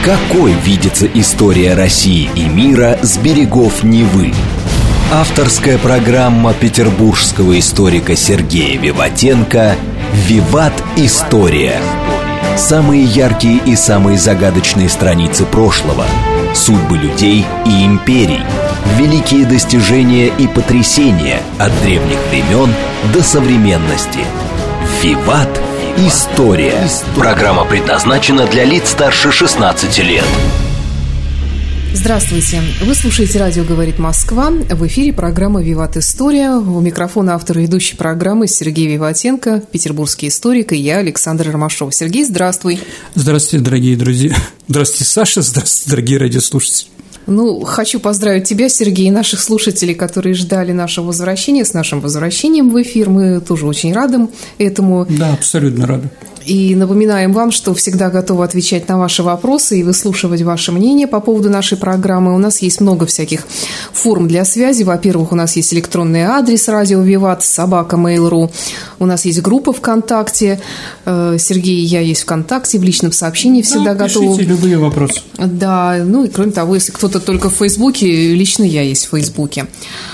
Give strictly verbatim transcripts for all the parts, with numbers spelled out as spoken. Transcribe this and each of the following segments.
Какой видится история России и мира с берегов Невы? Авторская программа петербургского историка Сергея Виватенко «Виват. История». Самые яркие и самые загадочные страницы прошлого, судьбы людей и империй, великие достижения и потрясения от древних времен до современности. «Виват. История». Программа предназначена для лиц старше шестнадцати лет. Здравствуйте. Вы слушаете «Радио говорит Москва». В эфире программа «Виват. История». У микрофона автор и ведущей программы Сергей Виватенко, петербургский историк, и я, Александр Ромашов. Сергей, здравствуй. Здравствуйте, дорогие друзья. Здравствуйте, Саша. Здравствуйте, дорогие радиослушатели. Ну, хочу поздравить тебя, Сергей, и наших слушателей, которые ждали нашего возвращения. С нашим возвращением в эфир. Мы тоже очень рады этому. Да, абсолютно рады. И напоминаем вам, что всегда готовы отвечать на ваши вопросы и выслушивать ваше мнение по поводу нашей программы. У нас есть много всяких форм для связи. Во-первых, у нас есть электронный адрес радио Виват, собака мейл точка ру. У нас есть группа ВКонтакте. Сергей и я есть ВКонтакте, в личном сообщении всегда да, готовы. Пишите любые вопросы. Да, ну и кроме того, если кто-то только в Фейсбуке, лично я есть в Фейсбуке.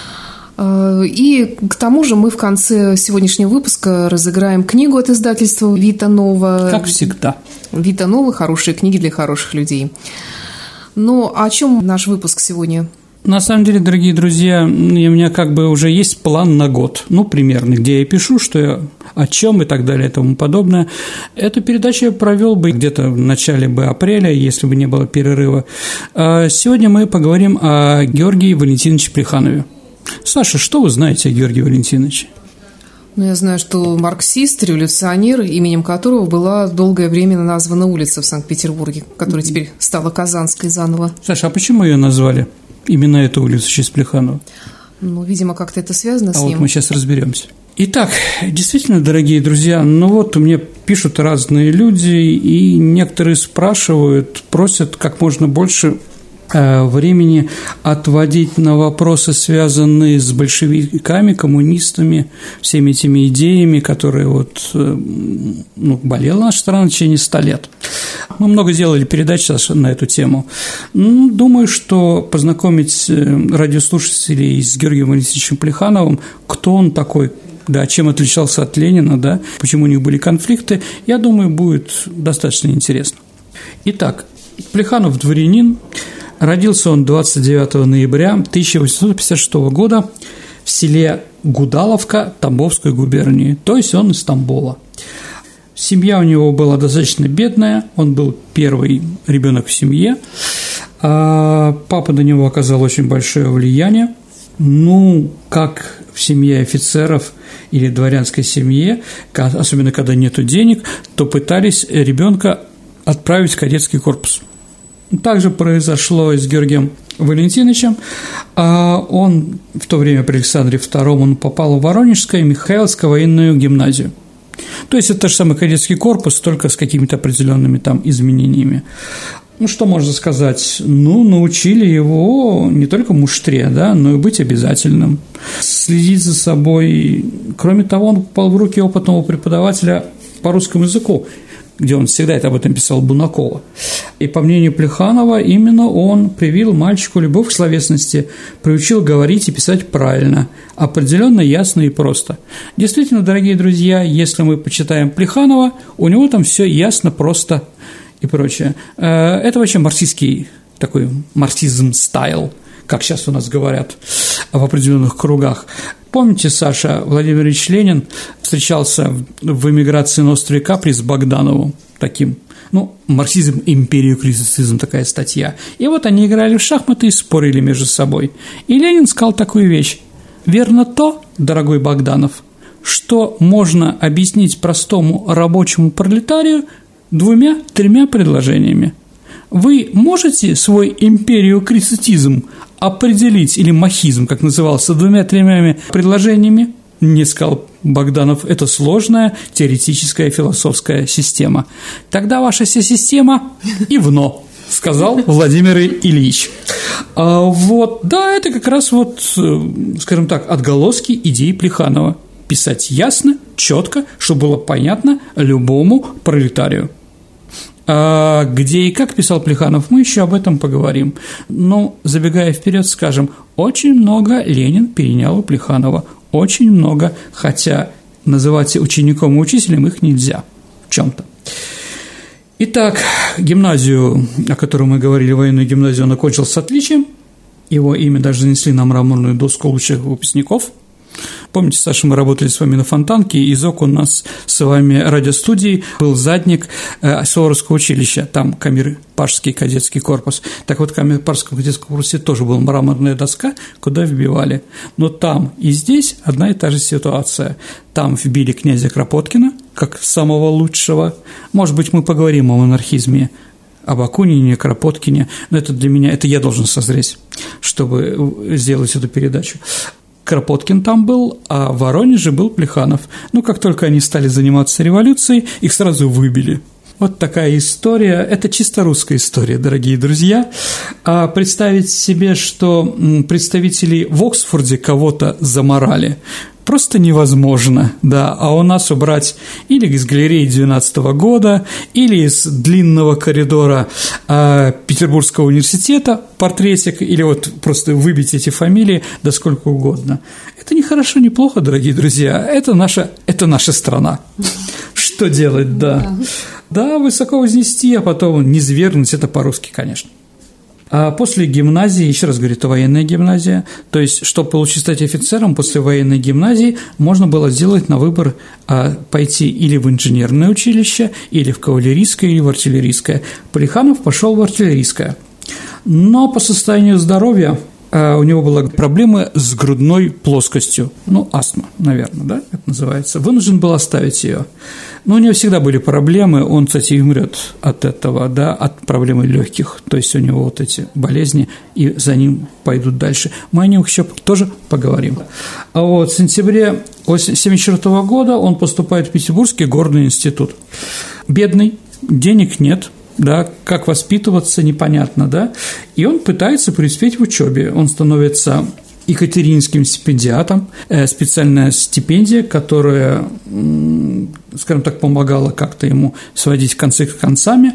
И к тому же мы в конце сегодняшнего выпуска разыграем книгу от издательства «Вита Нова». Как всегда. «Вита Нова» – хорошие книги для хороших людей. Ну, о чем наш выпуск сегодня? На самом деле, дорогие друзья, у меня как бы уже есть план на год, ну, примерно, где я пишу, что я, о чем и так далее и тому подобное. Эту передачу я провел бы где-то в начале бы апреля, если бы не было перерыва. А сегодня мы поговорим о Георгии Валентиновиче Плеханове. Саша, что вы знаете о Георгии Валентиновиче? Ну, я знаю, что марксист, революционер, именем которого была долгое время названа улица в Санкт-Петербурге, которая теперь стала Казанской заново. Саша, а почему ее назвали? Именно эту улицу в честь Плеханова? Ну, видимо, как-то это связано а с ним. ним. Вот мы сейчас разберемся. Итак, действительно, дорогие друзья, ну вот мне пишут разные люди, и некоторые спрашивают, просят как можно больше времени отводить на вопросы, связанные с большевиками, коммунистами, всеми этими идеями, которые вот, ну, болела наша страна в течение ста лет. Мы много делали передач на эту тему. Ну, думаю, что познакомить радиослушателей с Георгием Валентиновичем Плехановым, кто он такой, да, чем отличался от Ленина, да, почему у них были конфликты, я думаю, будет достаточно интересно. Итак, Плеханов дворянин. Родился он двадцать девятого ноября тысяча восемьсот пятьдесят шестого года в селе Гудаловка Тамбовской губернии, то есть он из Тамбова. Семья у него была достаточно бедная, он был первый ребенок в семье, а папа на него оказал очень большое влияние. Ну, как в семье офицеров или дворянской семье, особенно когда нету денег, то пытались ребенка отправить в кадетский корпус. Также произошло и с Георгием Валентиновичем. Он в то время при Александре втором он попал в Воронежскую Михайловскую военную гимназию. То есть это же самый кадетский корпус, только с какими-то определенными там изменениями. Ну, что можно сказать? Ну, научили его не только муштре, да, но и быть обязательным, следить за собой. Кроме того, он попал в руки опытного преподавателя по русскому языку, где он всегда это об этом писал, Бунакова. И, по мнению Плеханова, именно он привил мальчику любовь к словесности, приучил говорить и писать правильно, определенно, ясно и просто. Действительно, дорогие друзья, если мы почитаем Плеханова, у него там все ясно, просто и прочее. Это вообще марксистский такой марксизм-стайл, как сейчас у нас говорят в определенных кругах. Помните, Саша, Владимир Ильич Ленин встречался в эмиграции на острове Капри с Богдановым, таким, ну, марксизм, империю, критицизм, такая статья. И вот они играли в шахматы и спорили между собой. И Ленин сказал такую вещь: «Верно то, дорогой Богданов, что можно объяснить простому рабочему пролетарию двумя-тремя предложениями. Вы можете свой империокритицизм определить, или махизм, как назывался, двумя-тремя предложениями?» Не, сказал Богданов, это сложная теоретическая философская система. Тогда ваша вся система ивно, сказал Владимир Ильич. А вот, да, это как раз вот, скажем так, отголоски идей Плеханова. Писать ясно, четко, чтобы было понятно любому пролетарию. А где и как писал Плеханов, мы еще об этом поговорим. Но, забегая вперед, скажем, очень много Ленин перенял у Плеханова, очень много, хотя называть учеником и учителем их нельзя в чем-то. Итак, гимназию, о которой мы говорили, военную гимназию, он окончил с отличием. Его имя даже занесли на мраморную доску лучших выпускников. Помните, Саша, мы работали с вами на Фонтанке, и из окон у нас с вами радиостудии был задник Суворовского училища, там Камер-Пашский кадетский корпус. Так вот, в Камер-Пашском кадетском корпусе тоже была мраморная доска, куда вбивали. Но там и здесь одна и та же ситуация. Там вбили князя Кропоткина, как самого лучшего. Может быть, мы поговорим о монархизме, об Акунине, Кропоткине, но это для меня, это я должен созреть, чтобы сделать эту передачу. Кропоткин там был, а в Воронеже был Плеханов. Ну, как только они стали заниматься революцией, их сразу выбили. Вот такая история. Это чисто русская история, дорогие друзья. А представить себе, что представители в Оксфорде кого-то заморали, просто невозможно, да, а у нас убрать или из галереи двенадцатого года, или из длинного коридора э, Петербургского университета портретик, или вот просто выбить эти фамилии, да сколько угодно. Это не хорошо, не плохо, дорогие друзья, это наша, это наша страна. Что делать, да. Да, высоко вознести, а потом низвергнуть, это по-русски, конечно. А после гимназии, еще раз говорю, это военная гимназия, то есть, чтобы получить стать офицером, после военной гимназии можно было сделать на выбор а, пойти или в инженерное училище, или в кавалерийское, или в артиллерийское. Плеханов пошел в артиллерийское, но по состоянию здоровья а, у него была проблема с грудной плоскостью, ну, астма, наверное, да, это называется, вынужден был оставить ее. Но у него всегда были проблемы, он, кстати, и умрет от этого, да, от проблемы легких, то есть у него вот эти болезни, и за ним пойдут дальше. Мы о них еще тоже поговорим. А вот в сентябре тысяча девятьсот семьдесят четвёртого года он поступает в Петербургский горный институт. Бедный, денег нет, да, как воспитываться, непонятно, да, и он пытается преуспеть в учебе, он становится екатерининским стипендиатом, специальная стипендия, которая, скажем так, помогала как-то ему сводить концы к концами,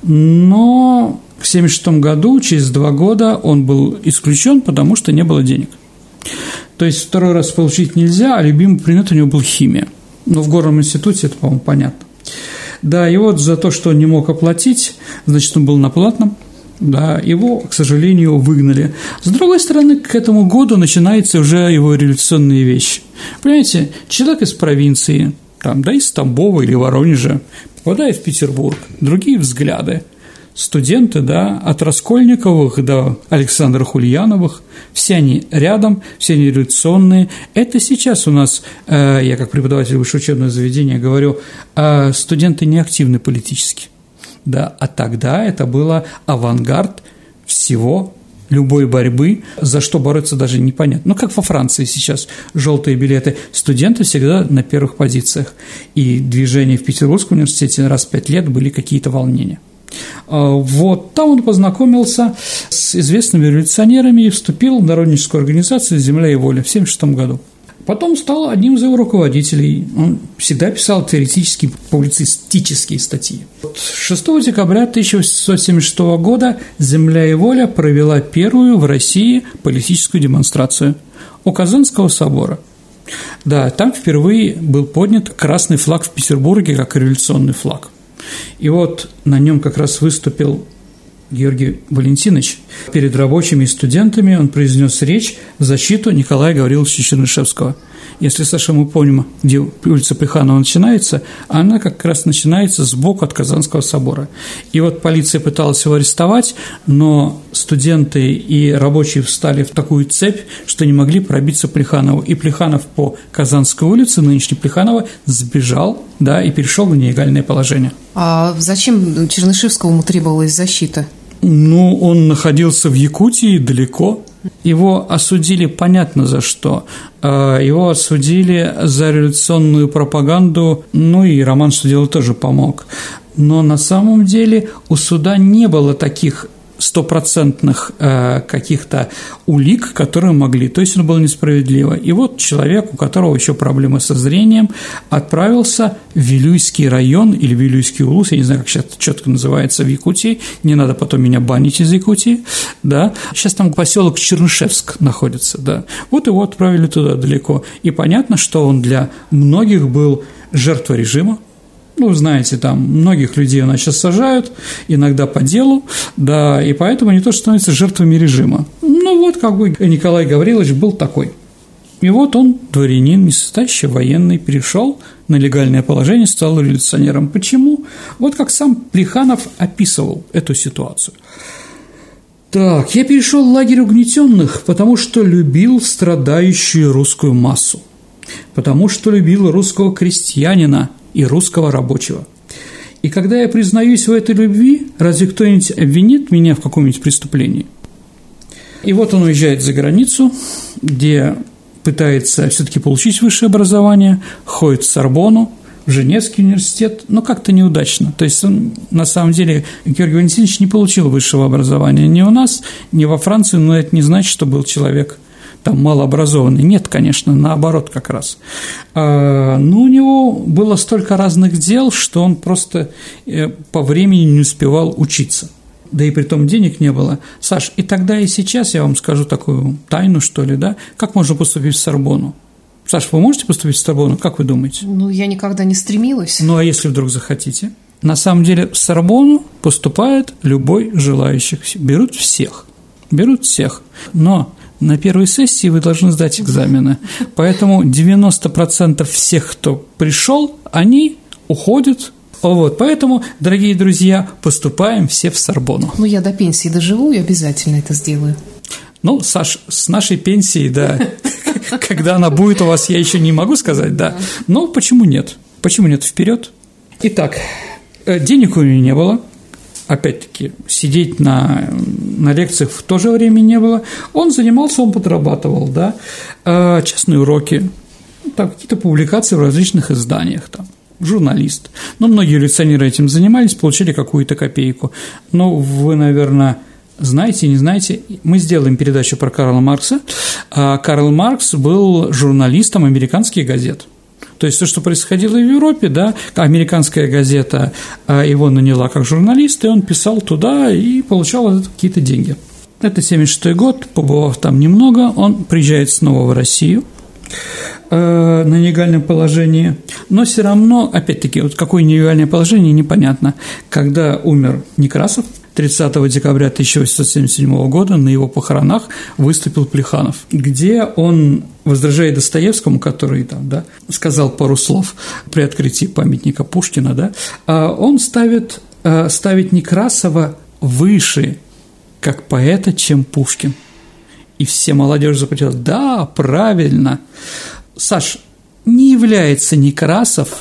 но в семьдесят шестом году, через два года, он был исключен, потому что не было денег. То есть второй раз получить нельзя, а любимый предмет у него был химия. Но в горном институте это, по-моему, понятно. Да, и вот за то, что он не мог оплатить, значит, он был на платном. Да, его, к сожалению, выгнали. С другой стороны, к этому году начинаются уже его революционные вещи. Понимаете, человек из провинции, там, да, из Тамбова или Воронежа, попадает в Петербург, другие взгляды. Студенты, да, от Раскольниковых до Александров Ульяновых, все они рядом, все они революционные. Это сейчас у нас, э, я как преподаватель высшего учебного заведения говорю, э, студенты не активны политически. Да, а тогда это было авангард всего, любой борьбы, за что бороться даже непонятно. Ну, как во Франции сейчас желтые билеты. Студенты всегда на первых позициях. И движения в Петербургском университете раз в пять лет были какие-то волнения. Вот там он познакомился с известными революционерами и вступил в народническую организацию «Земля и воля» в семьдесят шестом году. Потом стал одним из его руководителей. Он всегда писал теоретические, публицистические статьи. шестого декабря тысяча восемьсот семьдесят шестого года «Земля и воля» провела первую в России политическую демонстрацию у Казанского собора. Да, там впервые был поднят красный флаг в Петербурге как революционный флаг. И вот на нем как раз выступил Георгий Валентинович. Перед рабочими и студентами он произнес речь в защиту Николая Гавриловича Чернышевского. Если, Саша, мы помним, где улица Плеханова начинается, она как раз начинается сбоку от Казанского собора. И вот полиция пыталась его арестовать, но студенты и рабочие встали в такую цепь, что не могли пробиться Плеханову. И Плеханов по Казанской улице, нынешней Плеханова, сбежал, да, и перешел в нелегальное положение. А зачем Чернышевскому требовалась защита? Ну, он находился в Якутии далеко. Его осудили, понятно за что. Его осудили за революционную пропаганду, ну и роман «Что дело» тоже помог. Но на самом деле у суда не было таких стопроцентных э, каких-то улик, которые могли, то есть оно было несправедливо. И вот человек, у которого еще проблемы со зрением, отправился в Вилюйский район или Вилюйский улус, я не знаю, как сейчас четко называется в Якутии, не надо потом меня банить из Якутии, да, сейчас там поселок Чернышевск находится, да, вот его отправили туда далеко, и понятно, что он для многих был жертвой режима. Ну, знаете, там многих людей у нас сейчас сажают, иногда по делу, да, и поэтому они тоже становятся жертвами режима. Ну, вот как бы Николай Гаврилович был такой. И вот он, дворянин, несостоящий военный, перешел на легальное положение, стал революционером. Почему? Вот как сам Плеханов описывал эту ситуацию. Так, я перешел в лагерь угнетенных, потому что любил страдающую русскую массу, потому что любил русского крестьянина и русского рабочего. И когда я признаюсь в этой любви, разве кто-нибудь обвинит меня в каком-нибудь преступлении? И вот он уезжает за границу, где пытается все-таки получить высшее образование, ходит в Сорбонну, в Женевский университет, но как-то неудачно. То есть он, на самом деле, Георгий Валентинович не получил высшего образования ни у нас, ни во Франции, но это не значит, что был человек там малообразованный. Нет, конечно, наоборот как раз. А, но у него было столько разных дел, что он просто по времени не успевал учиться. Да и при том денег не было. Саш, и тогда, и сейчас я вам скажу такую тайну, что ли, да? Как можно поступить в Сорбонну? Саш, вы можете поступить в Сорбонну? Как вы думаете? Ну, я никогда не стремилась. Ну, а если вдруг захотите? На самом деле в Сорбонну поступает любой желающий. Берут всех. Берут всех. Но на первой сессии вы должны сдать экзамены. Поэтому девяносто процентов всех, кто пришел, они уходят. Вот, поэтому, дорогие друзья, поступаем все в Сорбонну. Ну, я до пенсии доживу и обязательно это сделаю. Ну, Саш, с нашей пенсией, да, когда она будет у вас, я еще не могу сказать, да. Но почему нет? Почему нет? Вперед. Итак, денег у него не было. Опять-таки, сидеть на, на лекциях в то же время не было. Он занимался, он подрабатывал, да, частные уроки, там, какие-то публикации в различных изданиях, там, журналист. Но многие революционеры этим занимались, получили какую-то копейку. Но вы, наверное, знаете, не знаете, мы сделаем передачу про Карла Маркса. Карл Маркс был журналистом американских газет. То есть то, что происходило в Европе, да, американская газета его наняла как журналиста, и он писал туда и получал какие-то деньги. Это семьдесят шестой год, побывав там немного, он приезжает снова в Россию э, на нелегальном положении, но все равно, опять-таки, вот какое нелегальное положение, непонятно. Когда умер Некрасов, тридцатого декабря тысяча восемьсот семьдесят седьмого года на его похоронах выступил Плеханов, где он, возражая Достоевскому, который там, да, сказал пару слов при открытии памятника Пушкина, да, он ставит, ставит Некрасова выше как поэта, чем Пушкин. И все молодежь запретила: да, правильно. Саш, не является Некрасов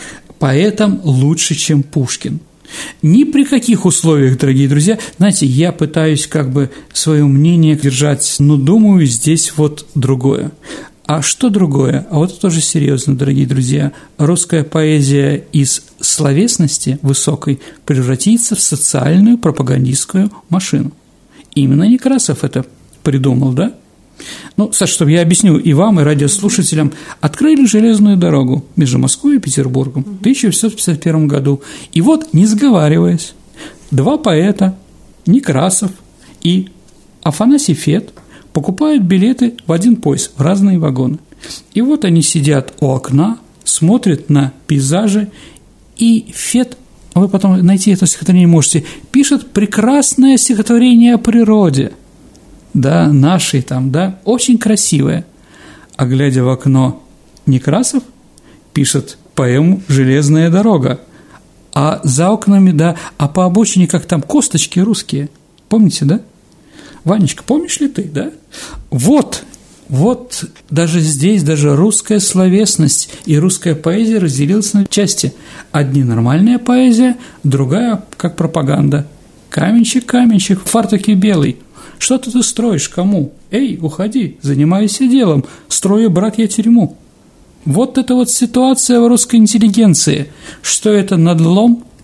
поэтом лучше, чем Пушкин. Ни при каких условиях, дорогие друзья. Знаете, я пытаюсь как бы свое мнение держать, но думаю, здесь вот другое. А что другое? А вот это тоже серьезно, дорогие друзья. Русская поэзия из словесности высокой превратится в социальную пропагандистскую машину. Именно Некрасов это придумал, да? Ну, Саша, чтобы я объясню и вам, и радиослушателям, открыли железную дорогу между Москвой и Петербургом в тысяча восемьсот пятьдесят первом году. И вот, не сговариваясь, два поэта, Некрасов и Афанасий Фет, покупают билеты в один поезд, в разные вагоны. И вот они сидят у окна, смотрят на пейзажи, и Фет, вы потом найти это стихотворение можете, пишет прекрасное стихотворение о природе, да, нашей там, да, очень красивое. А глядя в окно, Некрасов пишет поэму «Железная дорога», а за окнами, да, а по обочине, как там, косточки русские, помните, да? Ванечка, помнишь ли ты, да? Вот, вот даже здесь, даже русская словесность и русская поэзия разделилась на части. Одни нормальная поэзия, другая как пропаганда. Каменщик, каменщик, в фартуке белый. Что ты, ты строишь, кому? Эй, уходи, занимайся делом, строю, брат, я тюрьму. Вот это вот ситуация в русской интеллигенции. Что это надлом?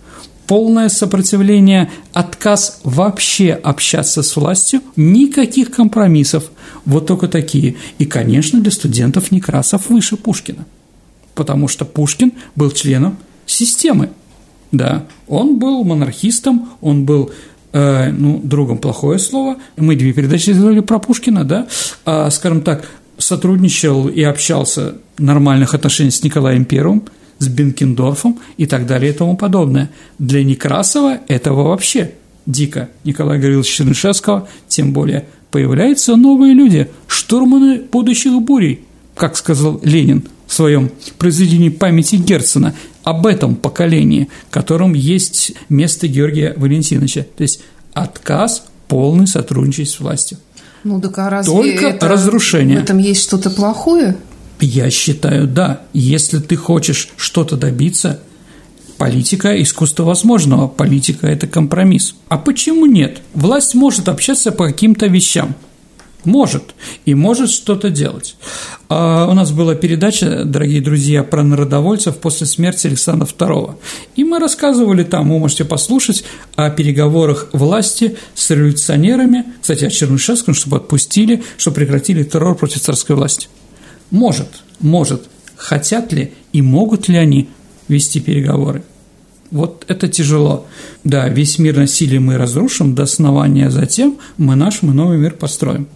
полное сопротивление, отказ вообще общаться с властью, никаких компромиссов, вот только такие. И, конечно, для студентов Некрасов выше Пушкина, потому что Пушкин был членом системы, да, он был монархистом, он был, э, ну, другом плохое слово, мы две передачи сделали про Пушкина, да, а, скажем так, сотрудничал и общался в нормальных отношениях с Николаем Первым, с Бенкендорфом и так далее и тому подобное. Для Некрасова этого вообще дико. Николая Гавриловича Чернышевского, тем более, появляются новые люди, штурманы будущих бурей, как сказал Ленин в своем произведении «Памяти Герцена», об этом поколении, в котором есть место Георгия Валентиновича. То есть отказ полный сотрудничать с властью. Ну, так а разве только это, разрушение. В этом есть что-то плохое? Я считаю, да. Если ты хочешь что-то добиться, политика – искусство возможного, политика – это компромисс. А почему нет? Власть может общаться по каким-то вещам. Может. И может что-то делать. А у нас была передача, дорогие друзья, про народовольцев после смерти Александра Второго. И мы рассказывали там, вы можете послушать, о переговорах власти с революционерами, кстати, о Чернышевском, чтобы отпустили, чтобы прекратили террор против царской власти. Может, может. Хотят ли и могут ли они вести переговоры? Вот это тяжело. Да, весь мир насилия мы разрушим до основания, а затем мы наш, мы новый мир построим.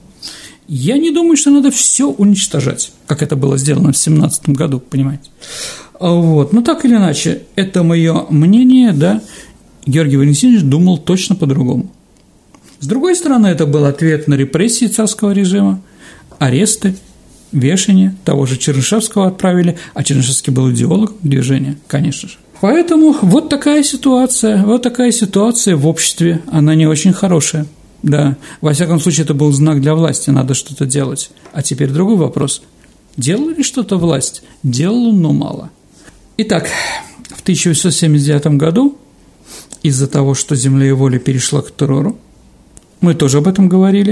Я не думаю, что надо все уничтожать, как это было сделано в семнадцатом году, понимаете. Вот. Но так или иначе, это мое мнение, да, Георгий Валентинович думал точно по-другому. С другой стороны, это был ответ на репрессии царского режима, аресты, вешание, того же Чернышевского отправили, а Чернышевский был идеологом движения, конечно же. Поэтому вот такая ситуация, вот такая ситуация в обществе, она не очень хорошая. Да, во всяком случае, это был знак для власти, надо что-то делать. А теперь другой вопрос. Делала ли что-то власть? Делала, но мало. Итак, в тысяча восемьсот семьдесят девятом году, из-за того, что земля и воля перешла к террору, мы тоже об этом говорили,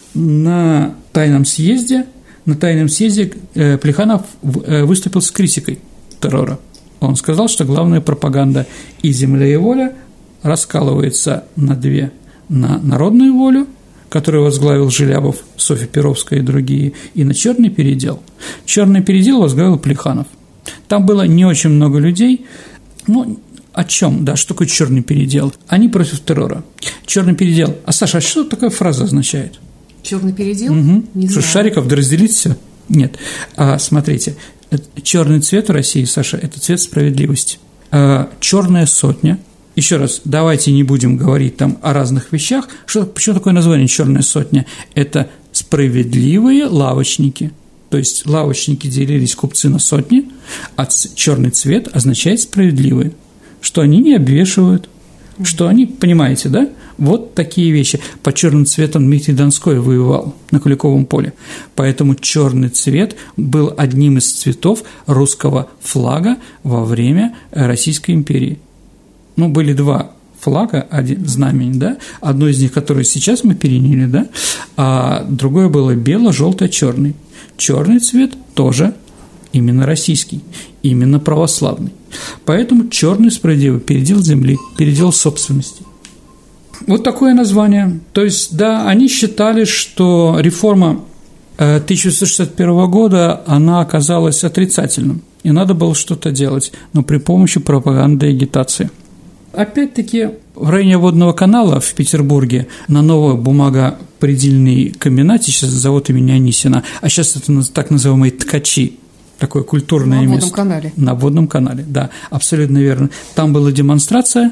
на тайном съезде, на тайном съезде Плеханов выступил с критикой террора. Он сказал, что главная пропаганда и земля, и воля раскалывается на две. На народную волю, которую возглавил Желябов, Софья Перовская и другие, и на черный передел. Черный передел возглавил Плеханов. Там было не очень много людей. Ну, о чем? Да, что такое черный передел? Они против террора. Черный передел. А, Саша, а что такая фраза означает? Черный передел? Угу. Не что, знаю. Шариков да разделить все? Нет. А, смотрите, черный цвет в России, Саша, это цвет справедливости. А, черная сотня. Еще раз, давайте не будем говорить там о разных вещах. Что, почему такое название «Черная сотня»? Это справедливые лавочники. То есть лавочники делились, купцы, на сотни, а черный цвет означает справедливые. Что они не обвешивают, что они, понимаете, да? Вот такие вещи. По черным цветам Дмитрий Донской воевал на Куликовом поле. Поэтому черный цвет был одним из цветов русского флага во время Российской империи. Ну, были два флага, один знамень, да, одно из них, которое сейчас мы переняли, да, а другое было бело-желто-черный. Черный цвет тоже именно российский, именно православный. Поэтому черный справедливый передел земли, передел собственности. Вот такое название. То есть, да, они считали, что реформа тысяча восемьсот шестьдесят первого года, она оказалась отрицательным, и надо было что-то делать, но при помощи пропаганды и агитации. Опять-таки, в районе водного канала в Петербурге на ново-бумагопредельный комбинате, сейчас завод имени Анисина, а сейчас это так называемые ткачи, такое культурное место. На водном канале. На водном канале, да, абсолютно верно. Там была демонстрация,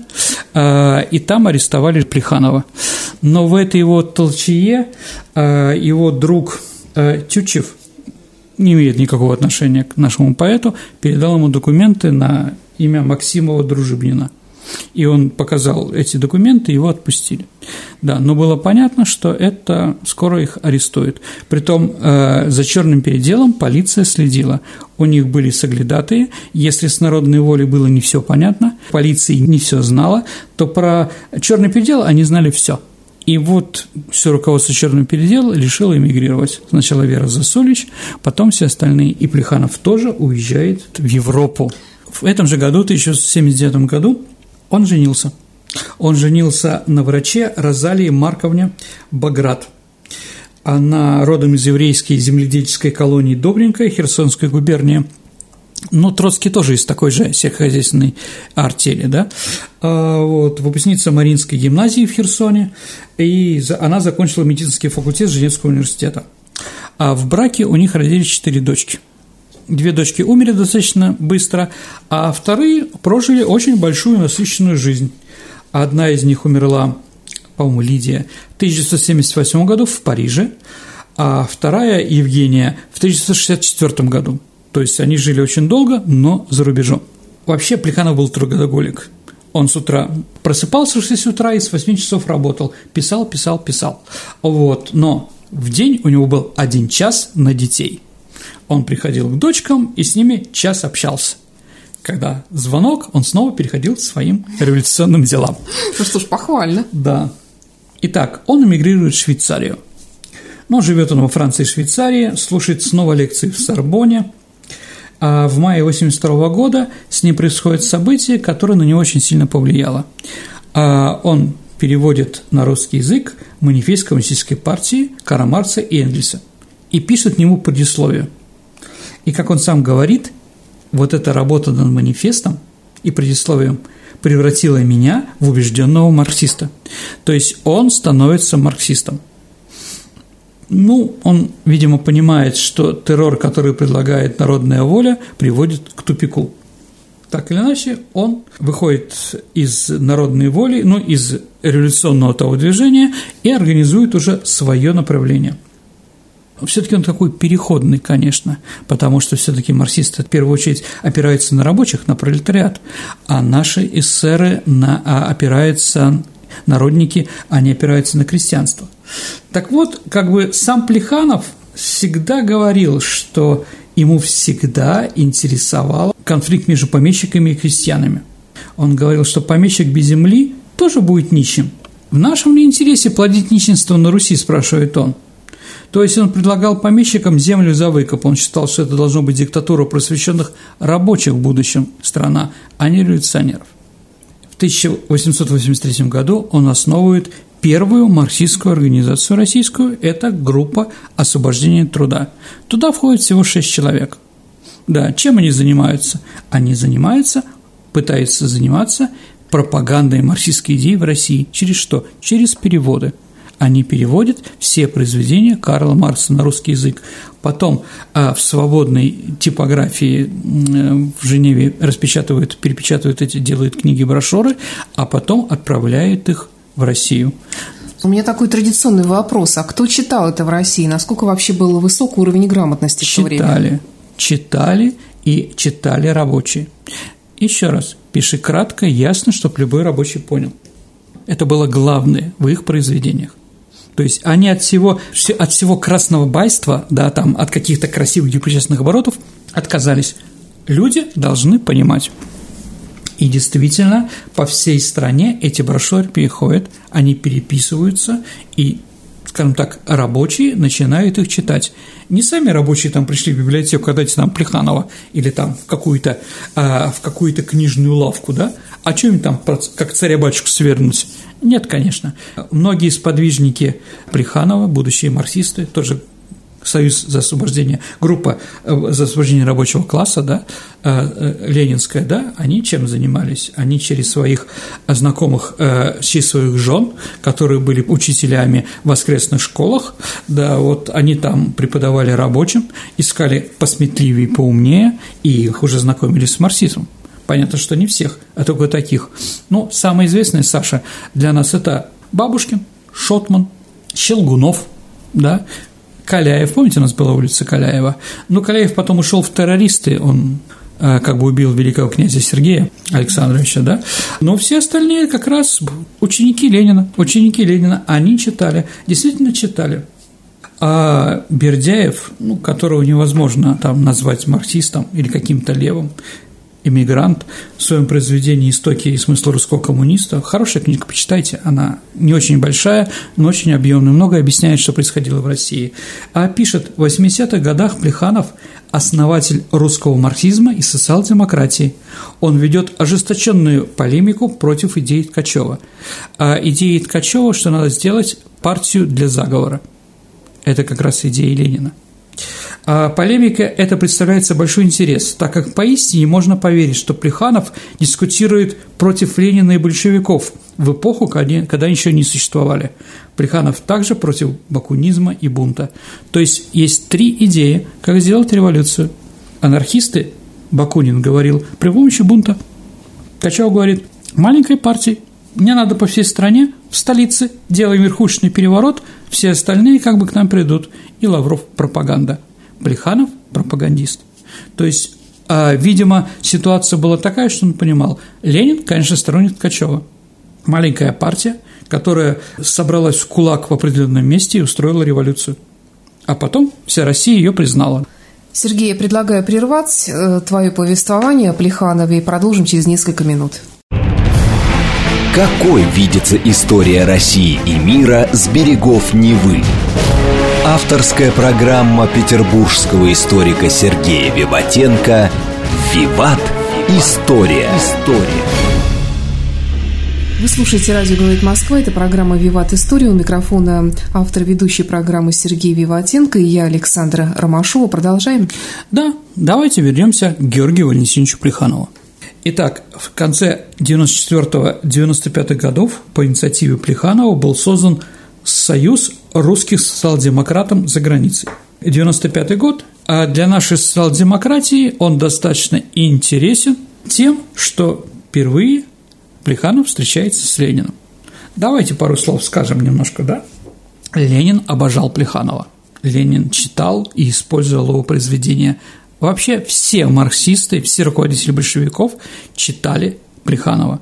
и там арестовали Плеханова. Но в этой его толчее его друг Тютчев, не имеет никакого отношения к нашему поэту, передал ему документы на имя Максимова Дружебнина. И он показал эти документы, его отпустили. Да, но было понятно, что это скоро их арестуют. Притом э, за черным переделом полиция следила. У них были соглядатые. Если с народной волей было не все понятно, полиция не все знала, то про черный передел они знали все. И вот все руководство черного передела решило эмигрировать. Сначала Вера Засулич, потом все остальные. И Плеханов тоже уезжает в Европу. В этом же году, в тысяча девятьсот семьдесят девятом году, Он женился. Он женился на враче Розалии Марковне Баграт. Она родом из еврейской земледельческой колонии Добренькая, Херсонской губернии. Ну, Троцкий тоже из такой же сельскохозяйственной артели, да, а, вот, выпускница Мариинской гимназии в Херсоне, и за, она закончила медицинский факультет Женевского университета. А в браке у них родились четыре дочки. Две дочки умерли достаточно быстро, а вторые прожили очень большую насыщенную жизнь. Одна из них умерла, по-моему, Лидия, в тысяча девятьсот семьдесят восьмом году в Париже, а вторая, Евгения, в тысяча девятьсот шестьдесят четвёртом году. То есть они жили очень долго, но за рубежом. Вообще Плеханов был трудоголик. Он с утра просыпался в шесть утра и с восьми часов работал. Писал, писал, писал. Вот. Но в день у него был один час на детей. Он приходил к дочкам и с ними час общался. Когда звонок, он снова переходил к своим революционным делам. Ну что ж, похвально. Да. Итак, он эмигрирует в Швейцарию. Но живет он во Франции и Швейцарии, слушает снова лекции в Сорбонне. А в мае восемьдесят второго года с ним происходит событие, которое на него очень сильно повлияло. Он переводит на русский язык манифест Коммунистической партии Карла Маркса и Энгельса и пишет к нему предисловие. И, как он сам говорит, вот эта работа над манифестом и предисловием превратила меня в убежденного марксиста. То есть он становится марксистом. Ну, он, видимо, понимает, что террор, который предлагает народная воля, приводит к тупику. Так или иначе, он выходит из народной воли, ну, из революционного того движения и организует уже свое направление. Все-таки он такой переходный, конечно, потому что все-таки марксисты в первую очередь опираются на рабочих, на пролетариат, а наши эсеры на, а, опираются, народники, они опираются на крестьянство. Так вот, как бы сам Плеханов всегда говорил, что ему всегда интересовал конфликт между помещиками и крестьянами. Он говорил, что помещик без земли тоже будет нищим. В нашем ли интересе плодить нищенство на Руси, спрашивает он. То есть он предлагал помещикам землю за выкуп. Он считал, что это должна быть диктатура просвещенных рабочих в будущем страна, а не революционеров. В тысяча восемьсот восемьдесят третьем году он основывает первую марксистскую организацию российскую – это группа освобождения труда. Туда входит всего шесть человек. Да, чем они занимаются? Они занимаются, пытаются заниматься пропагандой марксистской идеи в России. Через что? Через переводы. Они переводят все произведения Карла Маркса на русский язык. Потом а, в свободной типографии в Женеве распечатывают, перепечатывают эти, делают книги-брошюры, а потом отправляют их в Россию. У меня такой традиционный вопрос. А кто читал это в России? Насколько вообще был высокий уровень грамотности в то время? Читали. Читали и читали рабочие. Еще раз, пиши кратко, ясно, чтобы любой рабочий понял. Это было главное в их произведениях. То есть они от всего, от всего красного байства, да, там, от каких-то красивых гипотетических оборотов отказались. Люди должны понимать. И действительно, по всей стране эти брошюры переходят, они переписываются, и, скажем так, рабочие начинают их читать. Не сами рабочие там пришли в библиотеку, дайте нам Плеханова, или там в какую-то, а, в какую-то книжную лавку, да, а что им там, как царя-батюшку свернуть? Нет, конечно. Многие сподвижники Плеханова, будущие марксисты, тоже Союз за освобождение, группа за освобождение рабочего класса, да, ленинская, да, они чем занимались? Они через своих знакомых, через своих жен, которые были учителями в воскресных школах, да, вот они там преподавали рабочим, искали посметливее, поумнее, и их уже знакомились с марксизмом. Понятно, что не всех, а только таких. Ну, самый известный, Саша, для нас это Бабушкин, Шотман, Щелгунов, да, Каляев, помните, у нас была улица Каляева? Но Каляев потом ушел в террористы, он э, как бы убил великого князя Сергея Александровича, да, но все остальные как раз ученики Ленина, ученики Ленина, они читали, действительно читали. А Бердяев, ну, которого невозможно там назвать марксистом или каким-то левым, эмигрант, в своем произведении «Истоки и смысл русского коммуниста». Хорошая книга, почитайте, она не очень большая, но очень объемная, много объясняет, что происходило в России. А пишет: в восьмидесятых годах Плеханов – основатель русского марксизма и социал-демократии. Он ведет ожесточенную полемику против идеи Ткачева. А идея Ткачева, что надо сделать партию для заговора. Это как раз идея Ленина. А полемика эта представляет собой большой интерес, так как поистине можно поверить, что Плеханов дискутирует против Ленина и большевиков в эпоху, когда еще не существовали. Плеханов также против бакунизма и бунта. То есть есть три идеи, как сделать революцию. Анархисты, Бакунин говорил, при помощи бунта. Ткачев говорит: маленькой партии, мне надо по всей стране, в столице, делаем верхушечный переворот, все остальные как бы к нам придут. И Лавров – пропаганда. Плеханов – пропагандист. То есть, а, видимо, ситуация была такая, что он понимал, Ленин, конечно, сторонник Ткачева. Маленькая партия, которая собралась в кулак в определенном месте и устроила революцию. А потом вся Россия ее признала. Сергей, я предлагаю прервать э, твое повествование о Плеханове и продолжим через несколько минут. Какой видится история России и мира с берегов Невы? Авторская программа петербургского историка Сергея Виватенко «Виват. История». История. Вы слушаете «Радио говорит Москва». Это программа «Виват. История». У микрофона автор ведущей программы Сергей Виватенко и я, Александра Ромашова. Продолжаем? Да, давайте вернемся к Георгию Валентиновичу Плеханову. Итак, в конце девяносто четвёртого — девяносто пятых годов по инициативе Плеханова был создан Союз русских социал-демократов за границей. девяносто пятый год, а для нашей социал-демократии он достаточно интересен тем, что впервые Плеханов встречается с Лениным. Давайте пару слов скажем немножко, да? Ленин обожал Плеханова. Ленин читал и использовал его произведения. Вообще все марксисты, все руководители большевиков читали Плеханова.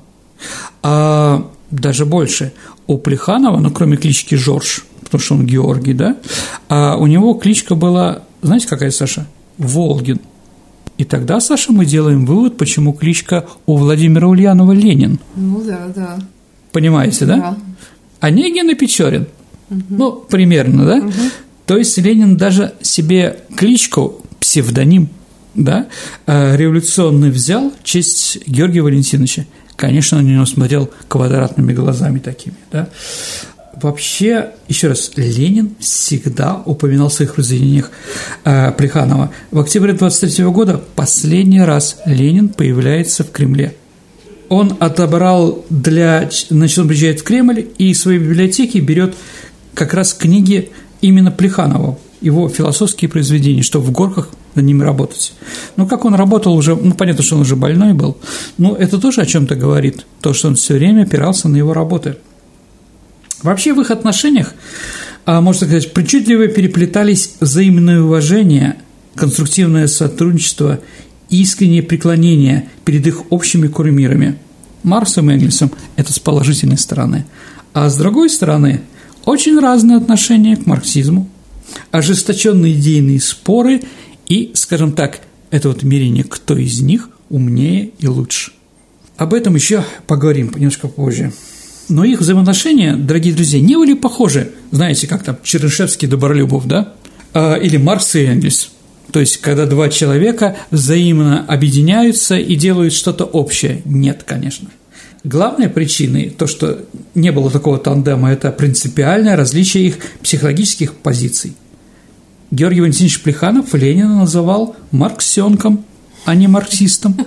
А даже больше, у Плеханова, ну, кроме клички Жорж, потому что он Георгий, да, а у него кличка была, знаете, какая, Саша? Волгин. И тогда, Саша, мы делаем вывод, почему кличка у Владимира Ульянова Ленин. Ну да, да. Понимаете, да? Да. Онегин и Печорин. Угу. Ну, примерно, да? Угу. То есть Ленин даже себе кличку, псевдоним, да, революционный взял в честь Георгия Валентиновича. Конечно, он на него смотрел квадратными глазами такими, да. Вообще, еще раз, Ленин всегда упоминал в своих произведениях э, Плеханова. В октябре двадцать третьего года последний раз Ленин появляется в Кремле. Он отобрал для… Значит, он приезжает в Кремль и из своей библиотеки берет как раз книги именно Плеханова, его философские произведения, чтобы в горках над ними работать. Но как он работал уже, ну, понятно, что он уже больной был, но это тоже о чем-то говорит, то, что он все время опирался на его работы. Вообще в их отношениях, можно сказать, причудливо переплетались взаимное уважение, конструктивное сотрудничество, искреннее преклонение перед их общими кумирами. Марксом и Энгельсом – это с положительной стороны, а с другой стороны – очень разные отношения к марксизму, ожесточенные идейные споры и, скажем так, это вот мерение, кто из них умнее и лучше. Об этом еще поговорим немножко позже. Но их взаимоотношения, дорогие друзья, не были похожи, знаете, как там Чернышевский, Добролюбов, да, или Маркс и Энгельс. То есть, когда два человека взаимно объединяются и делают что-то общее. Нет, конечно. Главной причиной, то, что не было такого тандема, это принципиальное различие их психологических позиций. Георгий Валентинович Плеханов Ленина называл марксенком, а не марксистом.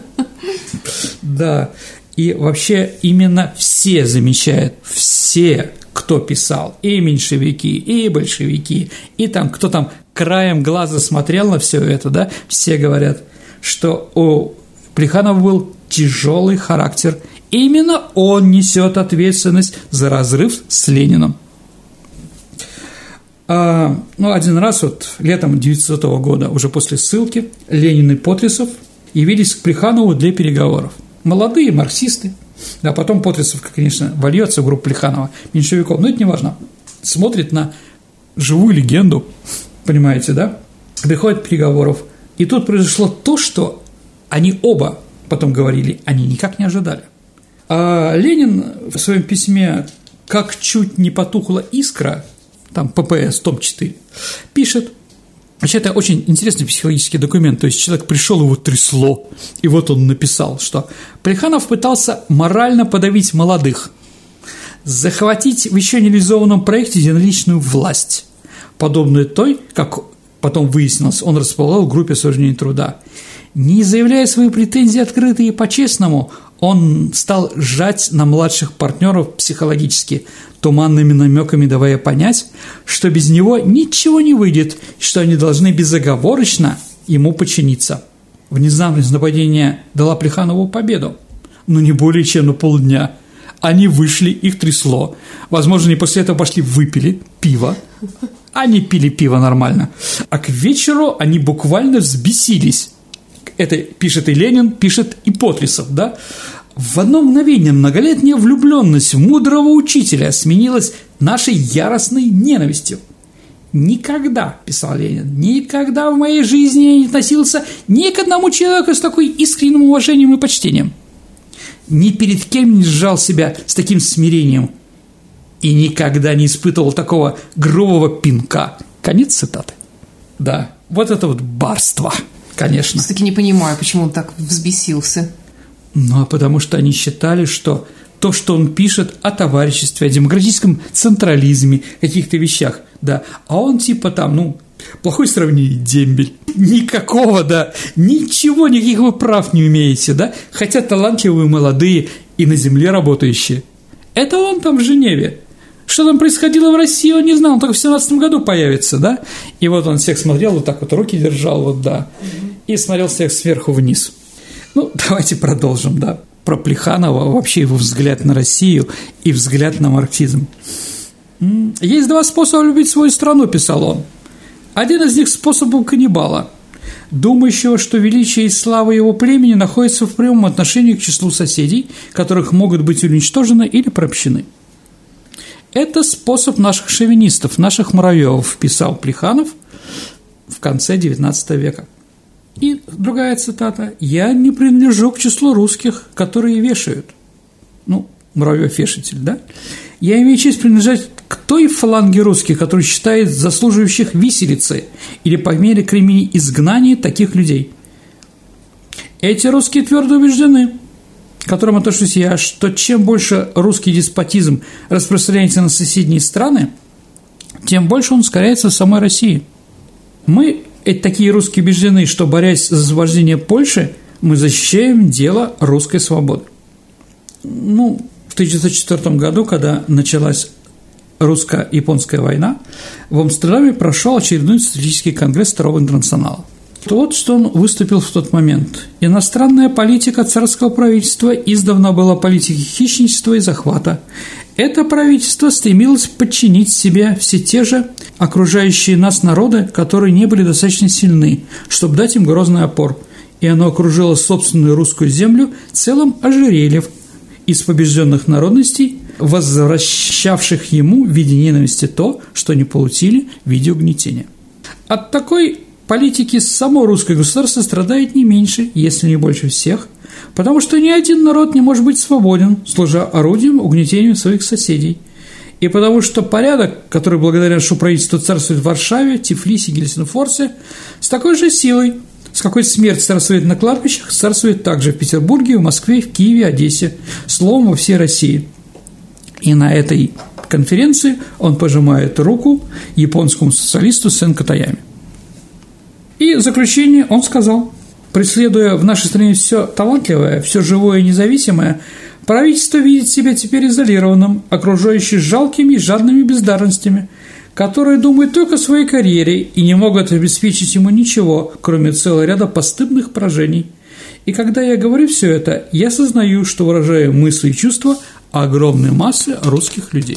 Да. И вообще именно все замечают, все, кто писал, и меньшевики, и большевики, и там, кто там краем глаза смотрел на все это, да, все говорят, что у Плеханова был тяжелый характер, именно он несет ответственность за разрыв с Лениным. А, ну, один раз, вот летом девятисотого года, уже после ссылки, Ленин и Потресов явились к Плеханову для переговоров. Молодые марксисты, да, потом Потресов, конечно, вольется в группу Плеханова, меньшевиков, но это не важно, смотрит на живую легенду, понимаете, да, приходит к переговоров, и тут произошло то, что они оба потом говорили, они никак не ожидали. А Ленин в своем письме «Как чуть не потухла искра», там ППС, том четыре, пишет, значит, это очень интересный психологический документ, то есть человек пришел, его трясло, и вот он написал, что Плеханов пытался морально подавить молодых, захватить в еще не реализованном проекте единоличную власть, подобную той, как потом выяснилось, он располагал в группе освобождения труда. Не заявляя свои претензии открыто и по-честному, он стал жать на младших партнеров психологически, туманными намеками давая понять, что без него ничего не выйдет, что они должны безоговорочно ему подчиниться. Внезапность нападения дала Плеханову победу, но не более чем на полдня. Они вышли, их трясло. Возможно, они после этого пошли выпили пиво. Они пили пиво нормально. А к вечеру они буквально взбесились. Это пишет и Ленин, пишет и Потрисов, да? В одно мгновение многолетняя влюбленность в мудрого учителя сменилась нашей яростной ненавистью. «Никогда, – писал Ленин, – никогда в моей жизни я не относился ни к одному человеку с такой искренним уважением и почтением. Ни перед кем не сжал себя с таким смирением и никогда не испытывал такого грубого пинка». Конец цитаты. Да, вот это вот барство, конечно. Все-таки не понимаю, почему он так взбесился. Ну, а потому что они считали, что то, что он пишет о товариществе, о демократическом централизме, каких-то вещах, да, а он типа там, ну, плохое сравнение, дембель. Никакого, да, ничего, никаких вы прав не имеете, да, хотя талантливые, молодые и на земле работающие. Это он там в Женеве. Что там происходило в России, он не знал, он только в семнадцатом году появится, да, и вот он всех смотрел, вот так вот руки держал, вот, да, и смотрел всех сверху вниз. Ну, давайте продолжим, да, про Плеханова, вообще его взгляд на Россию и взгляд на марксизм. «Есть два способа любить свою страну», – писал он. «Один из них – способом каннибала, думающего, что величие и слава его племени находятся в прямом отношении к числу соседей, которых могут быть уничтожены или пропщены. Это способ наших шовинистов, наших муравьевых», – писал Плеханов в конце девятнадцатого века. И другая цитата: «Я не принадлежу к числу русских, которые вешают». Ну, муравьев-вешатель, да? «Я имею честь принадлежать к той фаланге русских, которые считают заслуживающих виселицы или по мере кремени изгнания таких людей. Эти русские твердо убеждены, к которым отношусь я, что чем больше русский деспотизм распространяется на соседние страны, тем больше он ускоряется в самой России. Мы, эти такие русские, убеждены, что, борясь за освобождение Польши, мы защищаем дело русской свободы». Ну, в тысяча девятьсот четвёртом году, когда началась русско-японская война, в Амстердаме прошел очередной стратегический конгресс Второго интернационала. Вот что он выступил в тот момент. «Иностранная политика царского правительства издавна была политикой хищничества и захвата. Это правительство стремилось подчинить себе все те же окружающие нас народы, которые не были достаточно сильны, чтобы дать им грозный опор, и оно окружило собственную русскую землю целым ожерельем из побежденных народностей, возвращавших ему в виде ненависти то, что они получили в виде угнетения. От такой политики само русское государство страдает не меньше, если не больше всех, потому что ни один народ не может быть свободен, служа орудием угнетения своих соседей, и потому что порядок, который благодаря нашему правительству царствует в Варшаве, Тифлисе, Гельсингфорсе, с такой же силой, с какой смерть царствует на кладбищах, царствует также в Петербурге, в Москве, в Киеве, Одессе, словом, во всей России. И на этой конференции он пожимает руку японскому социалисту Сен Катаяме. И в заключение он сказал: «Преследуя в нашей стране все талантливое, все живое и независимое, правительство видит себя теперь изолированным, окружающим жалкими и жадными бездарностями, которые думают только о своей карьере и не могут обеспечить ему ничего, кроме целого ряда постыдных поражений. И когда я говорю все это, я сознаю, что выражаю мысли и чувства огромной массы русских людей».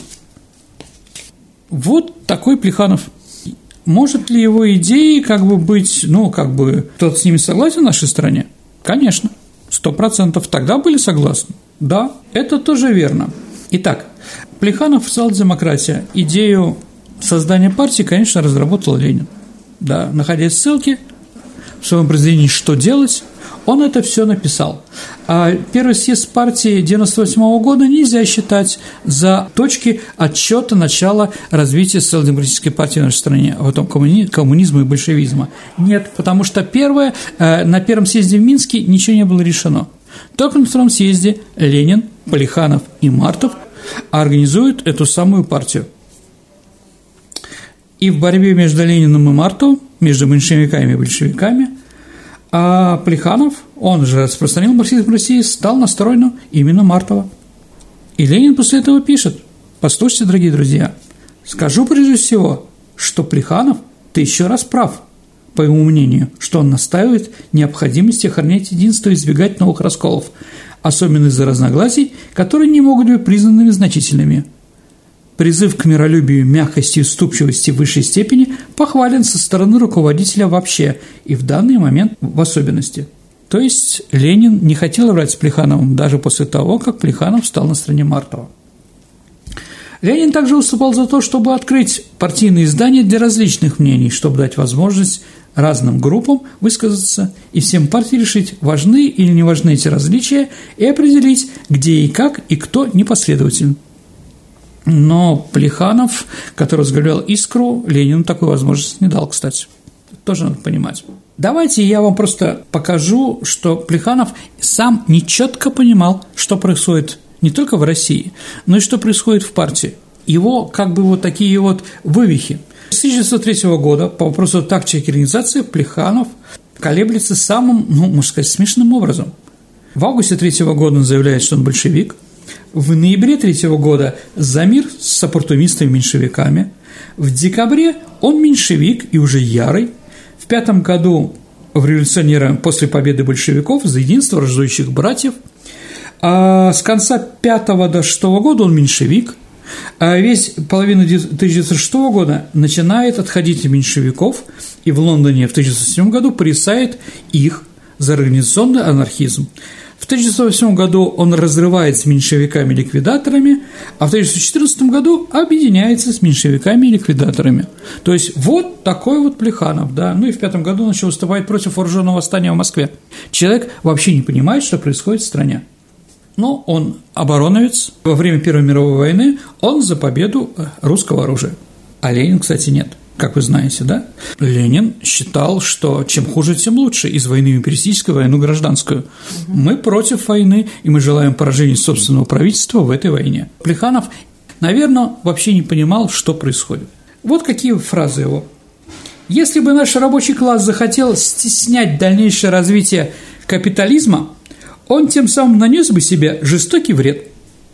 Вот такой Плеханов. Может ли его идеи как бы быть, ну, как бы, кто-то с ними согласен в нашей стране? Конечно, сто процентов тогда были согласны. Да, это тоже верно. Итак, Плеханов, социал-демократия, идею создания партии, конечно, разработал Ленин. Да, находя ссылки в своем произведении «Что делать?» он это все написал. А первый съезд партии девяносто восьмого года нельзя считать за точки отсчета начала развития социал-демократической партии в нашей стране, а потом коммунизма и большевизма. Нет, потому что первое, на первом съезде в Минске ничего не было решено. Только на втором съезде Ленин, Плеханов и Мартов организуют эту самую партию. И в борьбе между Лениным и Мартовым, между меньшевиками и большевиками, а Плеханов, он же распространил марксизм в России, стал на сторону именно Мартова. И Ленин после этого пишет: послушайте, дорогие друзья, скажу прежде всего, что Плеханов, ты еще раз прав, по его мнению, что он настаивает необходимости охранять единство и избегать новых расколов, особенно из-за разногласий, которые не могут быть признанными значительными. Призыв к миролюбию, мягкости и уступчивости в высшей степени похвален со стороны руководителя вообще и в данный момент в особенности. То есть Ленин не хотел врать с Плехановым даже после того, как Плеханов стал на стороне Мартова. Ленин также выступал за то, чтобы открыть партийные издания для различных мнений, чтобы дать возможность разным группам высказаться и всем партиям решить, важны или не важны эти различия, и определить, где и как и кто непоследователен. Но Плеханов, который возглавлял «Искру», Ленину такую возможность не дал, кстати. Это тоже надо понимать. Давайте я вам просто покажу, что Плеханов сам нечетко понимал, что происходит не только в России, но и что происходит в партии. Его как бы вот такие вот вывихи. С тысяча девятьсот третьего года по вопросу тактики организации Плеханов колеблется самым, ну, можно сказать, смешным образом. В августе третьего года он заявляет, что он большевик. В ноябре третьего года за мир с оппортунистами-меньшевиками. В декабре он меньшевик и уже ярый. В пятом году в революционеры после победы большевиков за единство враждующих братьев. А с конца пятого до шестого года он меньшевик. А весь половину тысяча девятьсот шестого года начинает отходить от меньшевиков и в Лондоне в тысяча девятьсот седьмом году порицает их за организационный анархизм. В тысяча девятьсот восьмом году он разрывает с меньшевиками-ликвидаторами, а в тысяча девятьсот четырнадцатом году объединяется с меньшевиками и ликвидаторами. То есть вот такой вот Плеханов, да. Ну и в пятом году он еще выступает против вооруженного восстания в Москве. Человек вообще не понимает, что происходит в стране. Но он обороновец. Во время Первой мировой войны он за победу русского оружия. А Ленин, кстати, нет. Как вы знаете, да? Ленин считал, что чем хуже, тем лучше. Из войны империалистической в войну гражданскую. Угу. Мы против войны, и мы желаем поражения собственного правительства в этой войне. Плеханов, наверное, вообще не понимал, что происходит. Вот какие фразы его. «Если бы наш рабочий класс захотел стеснять дальнейшее развитие капитализма, он тем самым нанес бы себе жестокий вред,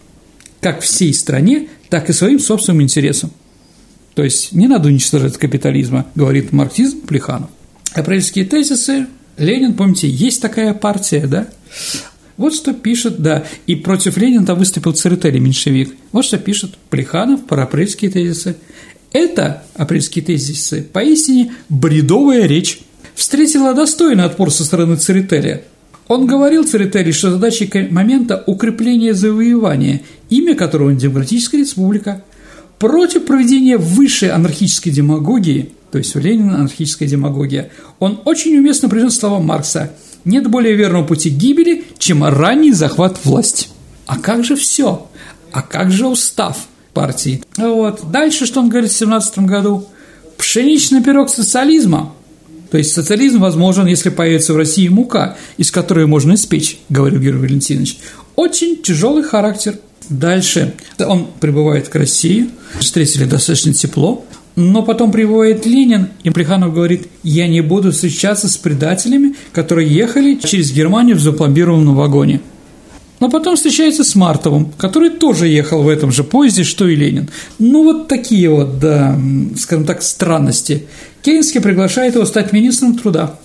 как всей стране, так и своим собственным интересам». То есть не надо уничтожать капитализма, говорит марксизм Плеханов. А правительские тезисы Ленин, помните, есть такая партия, да? Вот что пишет, да, и против Ленина выступил Церетели, меньшевик. Вот что пишет Плеханов про апрельские тезисы. Это, апрельские тезисы, поистине бредовая речь. Встретила достойный отпор со стороны Церетели. Он говорил Церетели, что задачей момента – укрепление завоевания, имя которого – Демократическая республика. Против проведения высшей анархической демагогии, то есть у Ленина анархическая демагогия, он очень уместно произнес слова Маркса: «Нет более верного пути к гибели, чем ранний захват власти». А как же все? А как же устав партии? Вот. Дальше, что он говорит в семнадцатом году? «Пшеничный пирог социализма». То есть социализм возможен, если появится в России мука, из которой можно испечь, говорил Георгий Валентинович. Очень тяжелый характер. Дальше он прибывает к России, встретили достаточно тепло, но потом прибывает Ленин, и Плеханов говорит: «Я не буду встречаться с предателями, которые ехали через Германию в запломбированном вагоне». Но потом встречается с Мартовым, который тоже ехал в этом же поезде, что и Ленин. Ну, вот такие вот, да, скажем так, странности. Керенский приглашает его стать министром труда.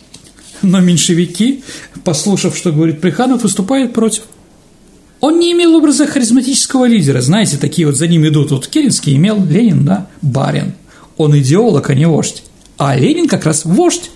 Но меньшевики, послушав, что говорит Плеханов, выступают против. Он не имел образа харизматического лидера. Знаете, такие вот за ним идут. Вот Керенский имел, Ленин, да, барин. Он идеолог, а не вождь. А Ленин как раз вождь.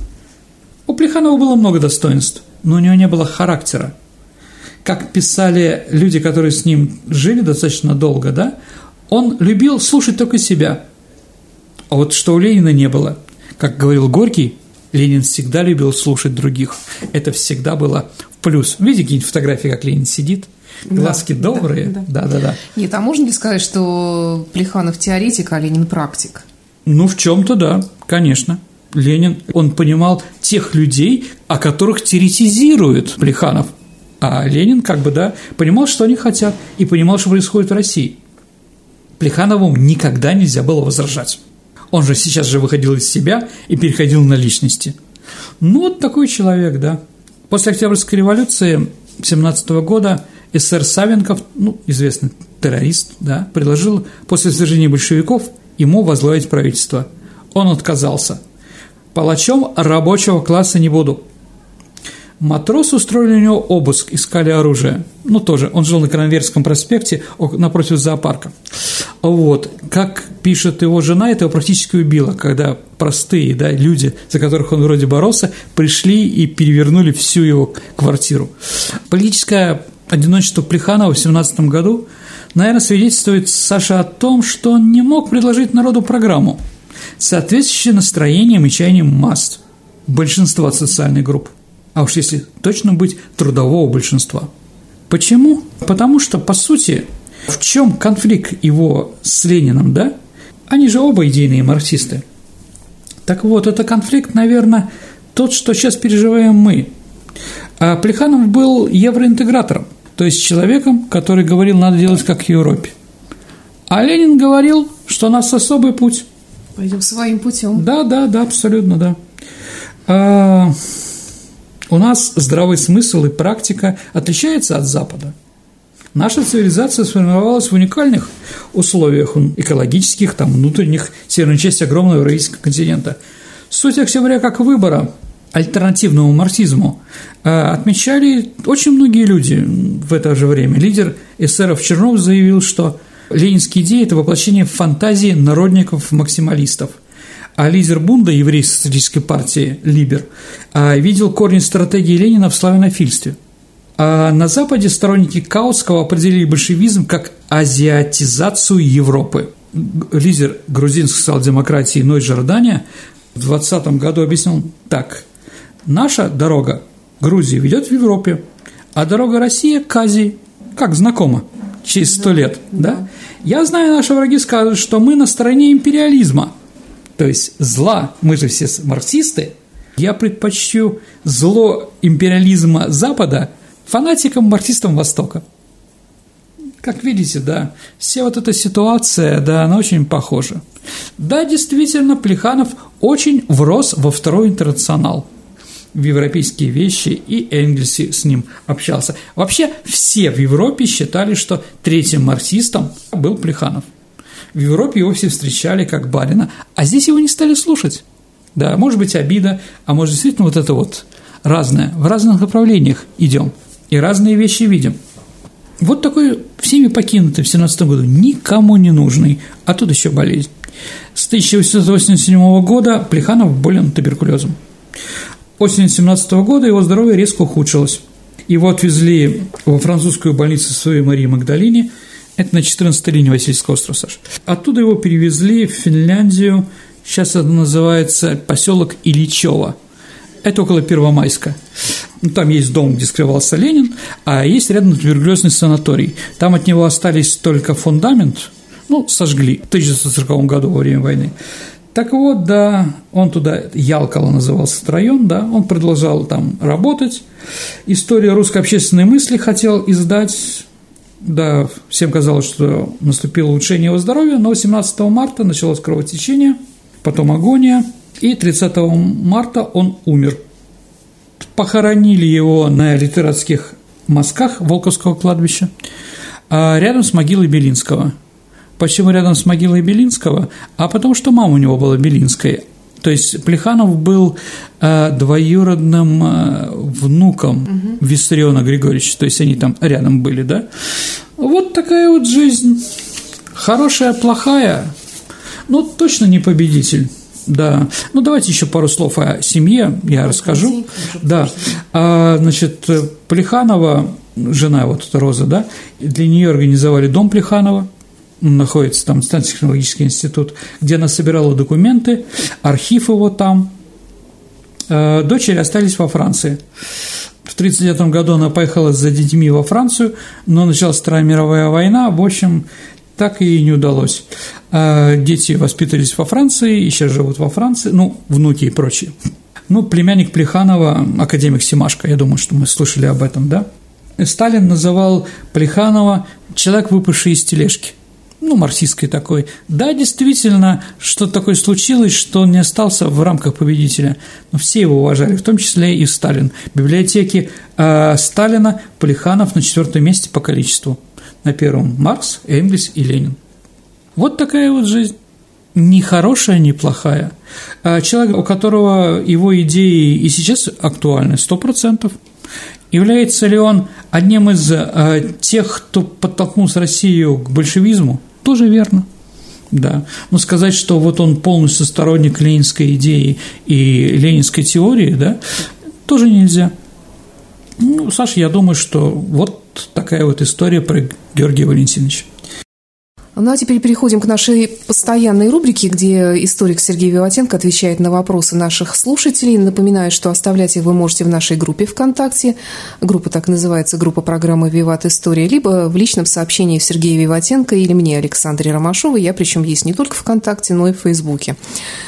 У Плеханова было много достоинств, но у него не было характера. Как писали люди, которые с ним жили достаточно долго, да, он любил слушать только себя. А вот что у Ленина не было. Как говорил Горький, Ленин всегда любил слушать других. Это всегда было в плюс. Видите какие-нибудь фотографии, как Ленин сидит? Глазки да, добрые. Да-да-да. Нет, а можно ли сказать, что Плеханов теоретик, а Ленин практик? Ну, в чем-то да, конечно. Ленин, он понимал тех людей, о которых теоретизирует Плеханов. А Ленин, как бы, да, понимал, что они хотят, и понимал, что происходит в России. Плеханову никогда нельзя было возражать. Он же сейчас же выходил из себя и переходил на личности. Ну, вот такой человек, да. После Октябрьской революции семнадцатого года эсэр Савенков, ну, известный террорист, да, предложил после свержения большевиков ему возглавить правительство. Он отказался. Палачом рабочего класса не буду. Матросы устроили у него обыск, искали оружие. Ну, тоже, он жил на Кранверском проспекте напротив зоопарка. Вот, как пишет его жена, это его практически убило, когда простые, да, люди, за которых он вроде боролся, пришли и перевернули всю его квартиру. Политическое одиночество Плеханова в семнадцатом году, наверное, свидетельствует, Саша, о том, что он не мог предложить народу программу, соответствующую настроениям и чаяниям масс, большинства социальных групп. А уж если точно быть, трудового большинства. Почему? Потому что, по сути, в чем конфликт его с Лениным, да? Они же оба идейные марксисты. Так вот, это конфликт, наверное, тот, что сейчас переживаем мы. А Плеханов был евроинтегратором, то есть человеком, который говорил, надо делать как в Европе. А Ленин говорил, что у нас особый путь. Пойдем своим путем. Да, да, да, абсолютно, да. А... У нас здравый смысл и практика отличаются от Запада. Наша цивилизация сформировалась в уникальных условиях экологических, там, внутренних, северной части огромного евразийского континента. Суть октября как выбора альтернативному марксизму отмечали очень многие люди в это же время. Лидер эсеров Чернов заявил, что ленинские идеи – это воплощение фантазии народников-максималистов. А лидер Бунда, еврейской социалистической партии Либер, видел корни стратегии Ленина в славянофильстве. А на Западе сторонники Каутского определили большевизм как азиатизацию Европы. Лидер грузинской социал-демократии Ной Джордания в двадцатом году объяснил так: «Наша дорога Грузии ведет в Европе, а дорога России к Азии, как знакомо, через сто лет. Да? Да? Я знаю, наши враги скажут, что мы на стороне империализма, то есть зла, мы же все марксисты, я предпочту зло империализма Запада фанатикам марксистам Востока». Как видите, да, вся вот эта ситуация, да, она очень похожа. Да, действительно, Плеханов очень врос во второй интернационал, в европейские вещи, и Энгельс с ним общался. Вообще все в Европе считали, что третьим марксистом был Плеханов. В Европе его все встречали как барина, а здесь его не стали слушать. Да, может быть, обида, а может, действительно, вот это вот разное. В разных направлениях идем и разные вещи видим. Вот такой всеми покинутый в семнадцатом году, никому не нужный, а тут еще болезнь. С тысяча восемьсот восемьдесят седьмого года Плеханов болен туберкулезом. Осенью семнадцатого года его здоровье резко ухудшилось. Его отвезли во французскую больницу Святой Марии Магдалине. Это на четырнадцатой линии Васильевского острова, Саша. Оттуда его перевезли в Финляндию, сейчас это называется поселок Ильичево. Это около Первомайска. Там есть дом, где скрывался Ленин, а есть рядом туберкулезный санаторий. Там от него остались только фундамент, ну, сожгли в тысяча девятьсот сороковом году во время войны. Так вот, да, он туда, Ялкало назывался этот район, да, он продолжал там работать. Историю русской общественной мысли хотел издать. Да, всем казалось, что наступило улучшение его здоровья, но семнадцатого марта началось кровотечение, потом агония, и тридцатого марта он умер. Похоронили его на литератских мазках Волковского кладбища, рядом с могилой Белинского. Почему рядом с могилой Белинского? А потому что мама у него была Белинская. То есть Плеханов был э, двоюродным э, внуком угу. Виссариона Григорьевича, то есть они там рядом были, да? Вот такая вот жизнь. Хорошая, плохая, но точно не победитель. Да. Ну, давайте еще пару слов о семье я расскажу. Да. А, значит, Плеханова, жена вот эта Роза, да, для нее организовали дом Плеханова. Находится там Станцио-технологический институт, где она собирала документы, архив его там. дочери остались во Франции. В тысяча девятьсот тридцать девятом году она поехала за детьми во Францию, но началась Вторая мировая война, в общем, так и не удалось. Дети воспитывались во Франции, еще живут во Франции, ну, внуки и прочие. Ну, племянник Плеханова, академик Семашко, я думаю, что мы слышали об этом, да? Сталин называл Плеханова «человек, выпавший из тележки». Ну, марксистской такой. Да, действительно, что такое случилось, что он не остался в рамках победителя. Но все его уважали, в том числе и Сталин. В библиотеке э, Сталина Плеханов на четвертом месте по количеству. На первом Маркс, Энгельс и Ленин. Вот такая вот жизнь. Ни хорошая, ни плохая. Человек, у которого его идеи и сейчас актуальны, сто процентов. Является ли он одним из э, тех, кто подтолкнул Россию к большевизму? Тоже верно, да. Но сказать, что вот он полностью сторонник ленинской идеи и ленинской теории, да, тоже нельзя. Ну, Саша, я думаю, что вот такая вот история про Георгия Валентиновича. Ну, а теперь переходим к нашей постоянной рубрике, где историк Сергей Виватенко отвечает на вопросы наших слушателей. Напоминаю, что оставлять их вы можете в нашей группе ВКонтакте. Группа так называется, группа программы «Виват. История», либо в личном сообщении Сергея Виватенко или мне, Александре Ромашовой. Я причем есть не только ВКонтакте, но и в Фейсбуке.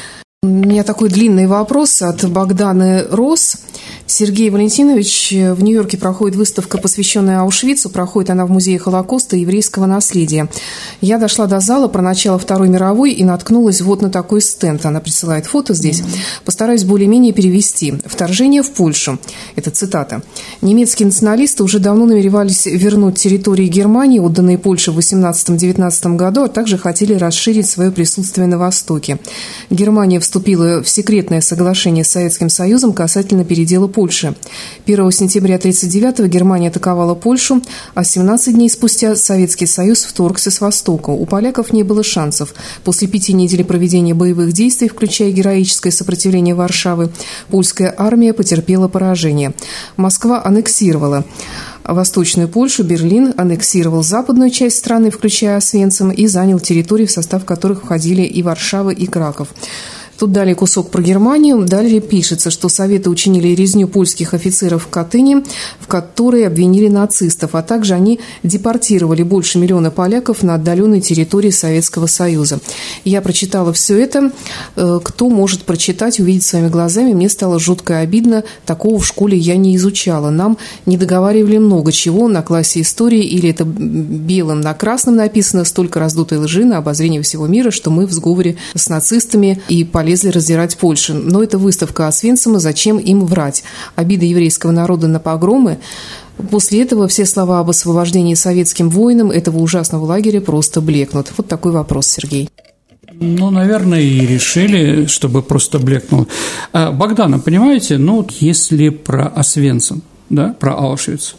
У меня такой длинный вопрос от Богданы Рос. Сергей Валентинович, в Нью-Йорке проходит выставка, посвященная Аушвицу. Проходит она в Музее Холокоста и еврейского наследия. Я дошла до зала про начало Второй мировой и наткнулась вот на такой стенд. Она присылает фото здесь. Постараюсь более-менее перевести. «Вторжение в Польшу». Это цитата. «Немецкие националисты уже давно намеревались вернуть территории Германии, отданные Польше в восемнадцатом-девятнадцатом году, а также хотели расширить свое присутствие на Востоке. Германия вступила в секретное соглашение с Советским Союзом касательно передела Польши. первого сентября тысяча девятьсот тридцать девятого Германия атаковала Польшу, а семнадцать дней спустя Советский Союз вторгся с востока. У поляков не было шансов. После пяти недель проведения боевых действий, включая героическое сопротивление Варшавы, польская армия потерпела поражение. Москва аннексировала Восточную Польшу, Берлин аннексировал западную часть страны, включая Освенцим, и занял территории, в состав которых входили и Варшава, и Краков. Тут далее кусок про Германию. Далее пишется, что Советы учинили резню польских офицеров в Катыни, в которой обвинили нацистов, а также они депортировали больше миллиона поляков на отдаленной территории Советского Союза. Я прочитала все это. Кто может прочитать, увидеть своими глазами? Мне стало жутко обидно. Такого в школе я не изучала. Нам не договаривали много чего на классе истории, или это белым на красном написано, столько раздутой лжи на обозрение всего мира, что мы в сговоре с нацистами и поляками лезли раздирать Польшу. Но это выставка Освенцима, зачем им врать? Обида еврейского народа на погромы. После этого все слова об освобождении советским воинам этого ужасного лагеря просто блекнут. Вот такой вопрос, Сергей. Ну, наверное, и решили, чтобы просто блекнуло. Богдана, понимаете, ну, если про Освенцим, да, про Аушвиц,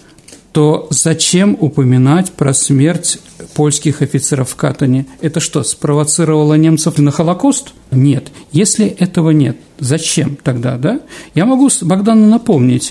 то зачем упоминать про смерть польских офицеров в Катыни? Это что, спровоцировало немцев на Холокост? Нет. Если этого нет, зачем тогда, да? Я могу Богдану напомнить,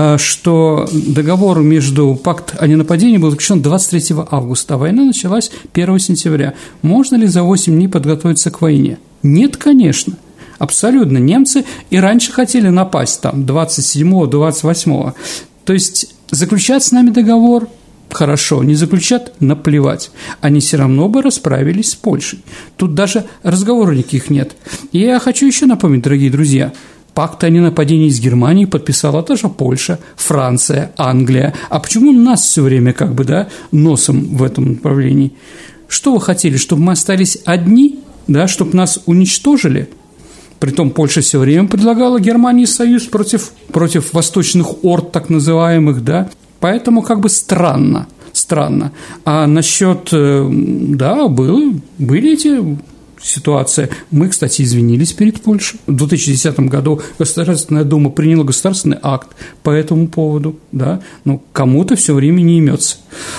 что договор между пакт о ненападении был заключен двадцать третьего августа, а война началась первого сентября. Можно ли за восемь дней подготовиться к войне? Нет, конечно. Абсолютно. Немцы и раньше хотели напасть, там, двадцать седьмого, двадцать восьмого. То есть заключать с нами договор – хорошо, не заключат – наплевать. Они все равно бы расправились с Польшей. Тут даже разговоров никаких нет. И я хочу еще напомнить, дорогие друзья, пакт о ненападении с Германией подписала та же Польша, Франция, Англия. А почему нас все время как бы, да, носом в этом направлении? Что вы хотели, чтобы мы остались одни, да, чтобы нас уничтожили? Притом Польша все время предлагала Германии союз против, против восточных орд, так называемых, да. Поэтому как бы странно, странно. А насчет, да, было, были эти ситуации. Мы, кстати, извинились перед Польшей. В две тысячи десятом году Государственная Дума приняла государственный акт по этому поводу, да. Но кому-то все время не имется.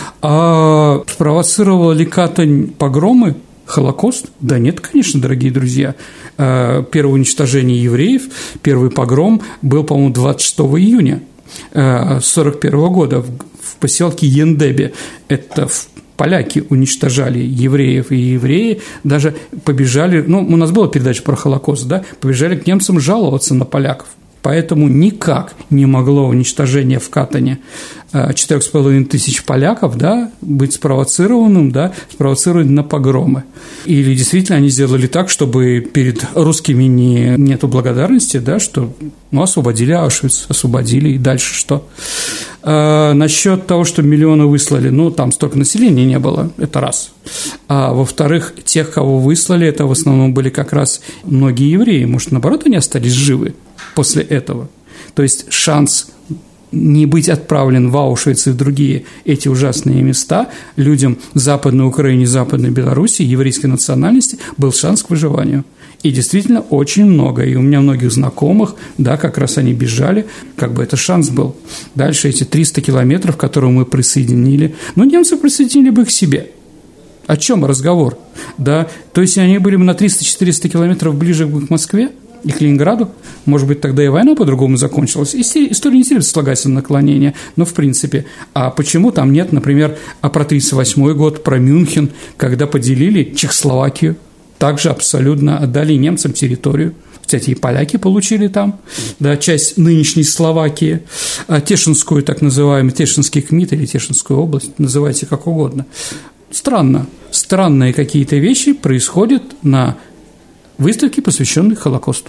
А спровоцировала ли Катынь погромы? Холокост? Да нет, конечно, дорогие друзья. Первое уничтожение евреев, первый погром был, по-моему, двадцать шестого июня сорок первого года в поселке Ендебе. Это в поляки уничтожали евреев, и евреи даже побежали, ну, у нас была передача про Холокост, да, побежали к немцам жаловаться на поляков. Поэтому никак не могло уничтожение в Катане четырех с половиной тысяч поляков, да, быть спровоцированным, да, спровоцированным на погромы. Или действительно они сделали так, чтобы перед русскими не, нету благодарности, да, что ну, освободили Аушвиц, освободили, и дальше что? А, насчет того, что миллионы выслали, ну, там столько населения не было, это раз. А во-вторых, тех, кого выслали, это в основном были как раз многие евреи, может, наоборот, они остались живы после этого. То есть шанс не быть отправлен в Аушвиц и в другие эти ужасные места людям в Западной Украине, Западной Белоруссии, еврейской национальности был шанс к выживанию. И действительно очень много. И у меня многих знакомых, да, как раз они бежали, как бы это шанс был. Дальше эти триста километров, которые мы присоединили, ну, немцы присоединили бы их к себе. О чем разговор? Да? То есть они были бы на триста-четыреста километров ближе к Москве и к Ленинграду, может быть, тогда и война по-другому закончилась. История не терпит слагательного наклонения, но в принципе. А почему там нет, например, а про тридцать восьмой год, про Мюнхен, когда поделили Чехословакию, также абсолютно отдали немцам территорию. Кстати, и поляки получили там, да, часть нынешней Словакии, Тешинскую, так называемый, Тешинский КМИТ или Тешинскую область, называйте как угодно. Странно. Странные какие-то вещи происходят на выставке, посвященной Холокосту.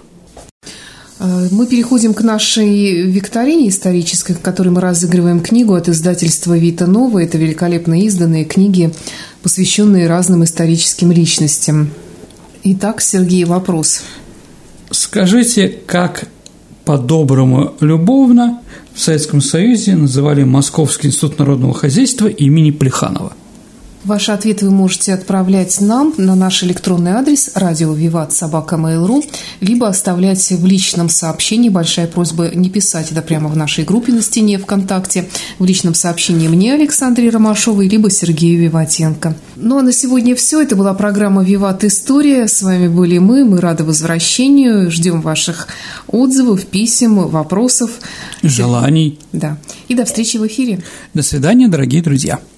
Мы переходим к нашей викторине исторической, в которой мы разыгрываем книгу от издательства «Вита Нова». Это великолепно изданные книги, посвященные разным историческим личностям. Итак, Сергей, вопрос. Скажите, как по-доброму любовно в Советском Союзе называли Московский институт народного хозяйства имени Плеханова? Ваши ответы вы можете отправлять нам на наш электронный адрес радио виват собака мейл точка ру, либо оставлять в личном сообщении. Большая просьба не писать это прямо в нашей группе на стене ВКонтакте. В личном сообщении мне, Александре Ромашовой, либо Сергею Виватенко. Ну а на сегодня все. Это была программа «Виват. История». С вами были мы. Мы рады возвращению. Ждем ваших отзывов, писем, вопросов. Желаний. Да. И до встречи в эфире. До свидания, дорогие друзья.